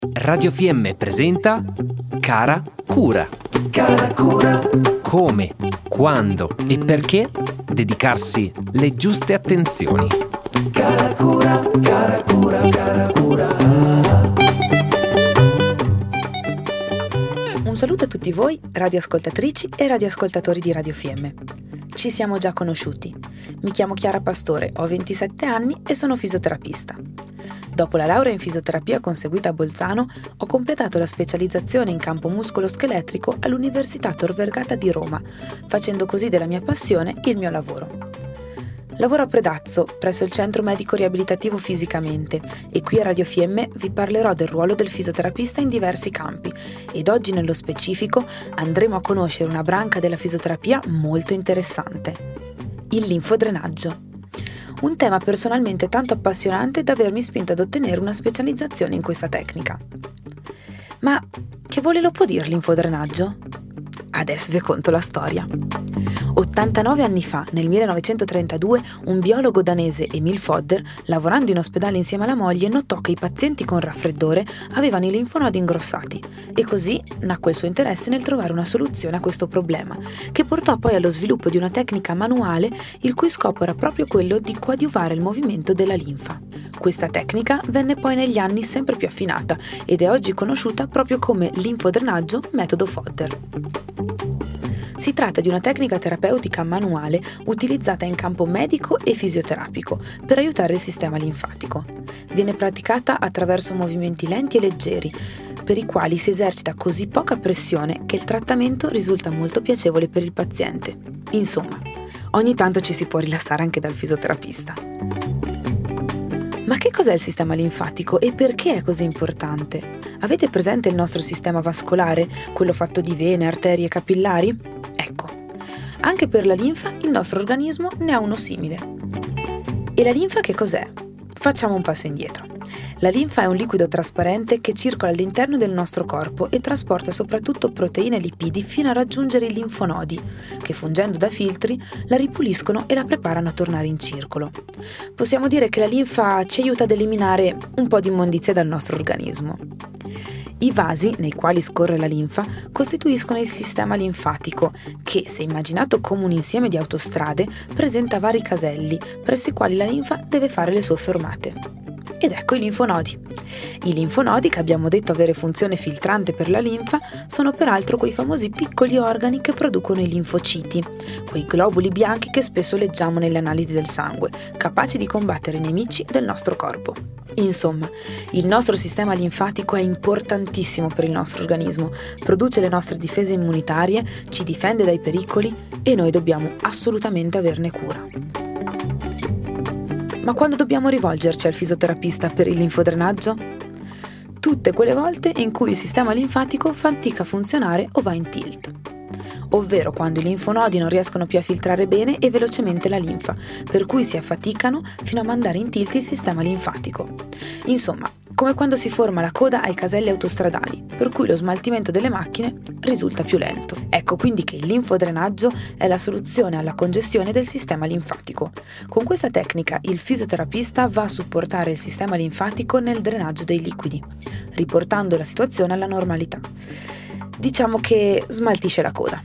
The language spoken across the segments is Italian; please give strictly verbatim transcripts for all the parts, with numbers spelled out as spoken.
Radio F M presenta Cara Cura. Cara Cura. Come, quando e perché dedicarsi le giuste attenzioni. Cara Cura, cara Cura, cara Cura. Un saluto a tutti voi, radioascoltatrici e radioascoltatori di Radio F M. Ci siamo già conosciuti. Mi chiamo Chiara Pastore, ho ventisette anni e sono fisioterapista. Dopo la laurea in fisioterapia conseguita a Bolzano, ho completato la specializzazione in campo muscolo-scheletrico all'Università Tor Vergata di Roma, facendo così della mia passione il mio lavoro. Lavoro a Predazzo, presso il Centro Medico Riabilitativo Fisicamente, e qui a Radio F M vi parlerò del ruolo del fisioterapista in diversi campi, ed oggi nello specifico andremo a conoscere una branca della fisioterapia molto interessante: il linfodrenaggio. Un tema personalmente tanto appassionante da avermi spinto ad ottenere una specializzazione in questa tecnica. Ma che vuole lo può dire l'infodrenaggio? Adesso vi conto la storia. ottantanove anni fa, nel millenovecentotrentadue, un biologo danese, Emil Fodder, lavorando in ospedale insieme alla moglie, notò che i pazienti con raffreddore avevano i linfonodi ingrossati e così nacque il suo interesse nel trovare una soluzione a questo problema, che portò poi allo sviluppo di una tecnica manuale il cui scopo era proprio quello di coadiuvare il movimento della linfa. Questa tecnica venne poi negli anni sempre più affinata ed è oggi conosciuta proprio come linfodrenaggio metodo Fodder. Si tratta di una tecnica terapeutica manuale utilizzata in campo medico e fisioterapico per aiutare il sistema linfatico. Viene praticata attraverso movimenti lenti e leggeri, per i quali si esercita così poca pressione che il trattamento risulta molto piacevole per il paziente. Insomma, ogni tanto ci si può rilassare anche dal fisioterapista. Ma che cos'è il sistema linfatico e perché è così importante? Avete presente il nostro sistema vascolare, quello fatto di vene, arterie e capillari? Ecco, anche per la linfa il nostro organismo ne ha uno simile. E la linfa che cos'è? Facciamo un passo indietro. La linfa è un liquido trasparente che circola all'interno del nostro corpo e trasporta soprattutto proteine e lipidi fino a raggiungere i linfonodi, che fungendo da filtri la ripuliscono e la preparano a tornare in circolo. Possiamo dire che la linfa ci aiuta ad eliminare un po' di immondizia dal nostro organismo. I vasi nei quali scorre la linfa costituiscono il sistema linfatico che, se immaginato come un insieme di autostrade, presenta vari caselli presso i quali la linfa deve fare le sue fermate. Ed ecco i linfonodi. I linfonodi, che abbiamo detto avere funzione filtrante per la linfa, sono peraltro quei famosi piccoli organi che producono i linfociti, quei globuli bianchi che spesso leggiamo nelle analisi del sangue, capaci di combattere i nemici del nostro corpo. Insomma, il nostro sistema linfatico è importantissimo per il nostro organismo, produce le nostre difese immunitarie, ci difende dai pericoli e noi dobbiamo assolutamente averne cura. Ma quando dobbiamo rivolgerci al fisioterapista per il linfodrenaggio? Tutte quelle volte in cui il sistema linfatico fatica a funzionare o va in tilt. Ovvero quando i linfonodi non riescono più a filtrare bene e velocemente la linfa, per cui si affaticano fino a mandare in tilt il sistema linfatico. Insomma, come quando si forma la coda ai caselli autostradali, per cui lo smaltimento delle macchine risulta più lento. Ecco quindi che il linfodrenaggio è la soluzione alla congestione del sistema linfatico. Con questa tecnica il fisioterapista va a supportare il sistema linfatico nel drenaggio dei liquidi, riportando la situazione alla normalità. Diciamo che smaltisce la coda.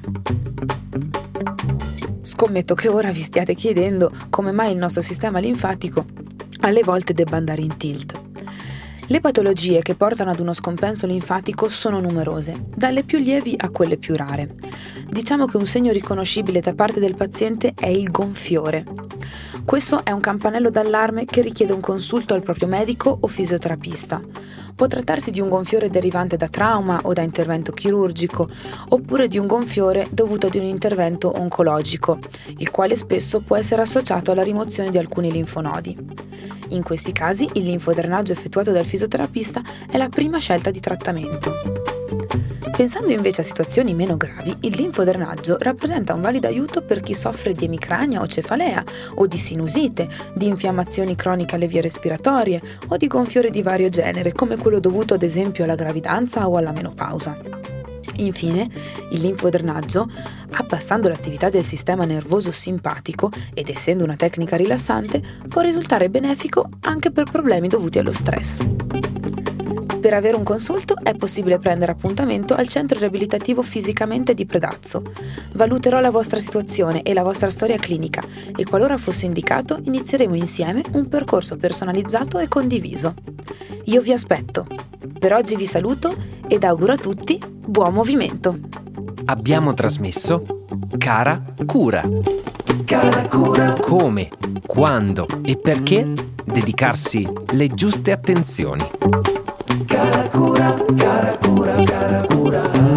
Scommetto che ora vi stiate chiedendo come mai il nostro sistema linfatico alle volte debba andare in tilt. Le patologie che portano ad uno scompenso linfatico sono numerose, dalle più lievi a quelle più rare. Diciamo che un segno riconoscibile da parte del paziente è il gonfiore. Questo è un campanello d'allarme che richiede un consulto al proprio medico o fisioterapista. Può trattarsi di un gonfiore derivante da trauma o da intervento chirurgico, oppure di un gonfiore dovuto ad un intervento oncologico, il quale spesso può essere associato alla rimozione di alcuni linfonodi. In questi casi il linfodrenaggio effettuato dal fisioterapista è la prima scelta di trattamento. Pensando invece a situazioni meno gravi, il linfodrenaggio rappresenta un valido aiuto per chi soffre di emicrania o cefalea, o di sinusite, di infiammazioni croniche alle vie respiratorie o di gonfiore di vario genere, come quello dovuto ad esempio alla gravidanza o alla menopausa. Infine, il linfodrenaggio, abbassando l'attività del sistema nervoso simpatico ed essendo una tecnica rilassante, può risultare benefico anche per problemi dovuti allo stress. Per avere un consulto è possibile prendere appuntamento al Centro Riabilitativo Fisicamente di Predazzo. Valuterò la vostra situazione e la vostra storia clinica e qualora fosse indicato inizieremo insieme un percorso personalizzato e condiviso. Io vi aspetto. Per oggi vi saluto ed auguro a tutti buon movimento. Abbiamo trasmesso Cara Cura. Cara Cura. Come, quando e perché dedicarsi le giuste attenzioni. Cara Cura, cara Cura, cara Cura.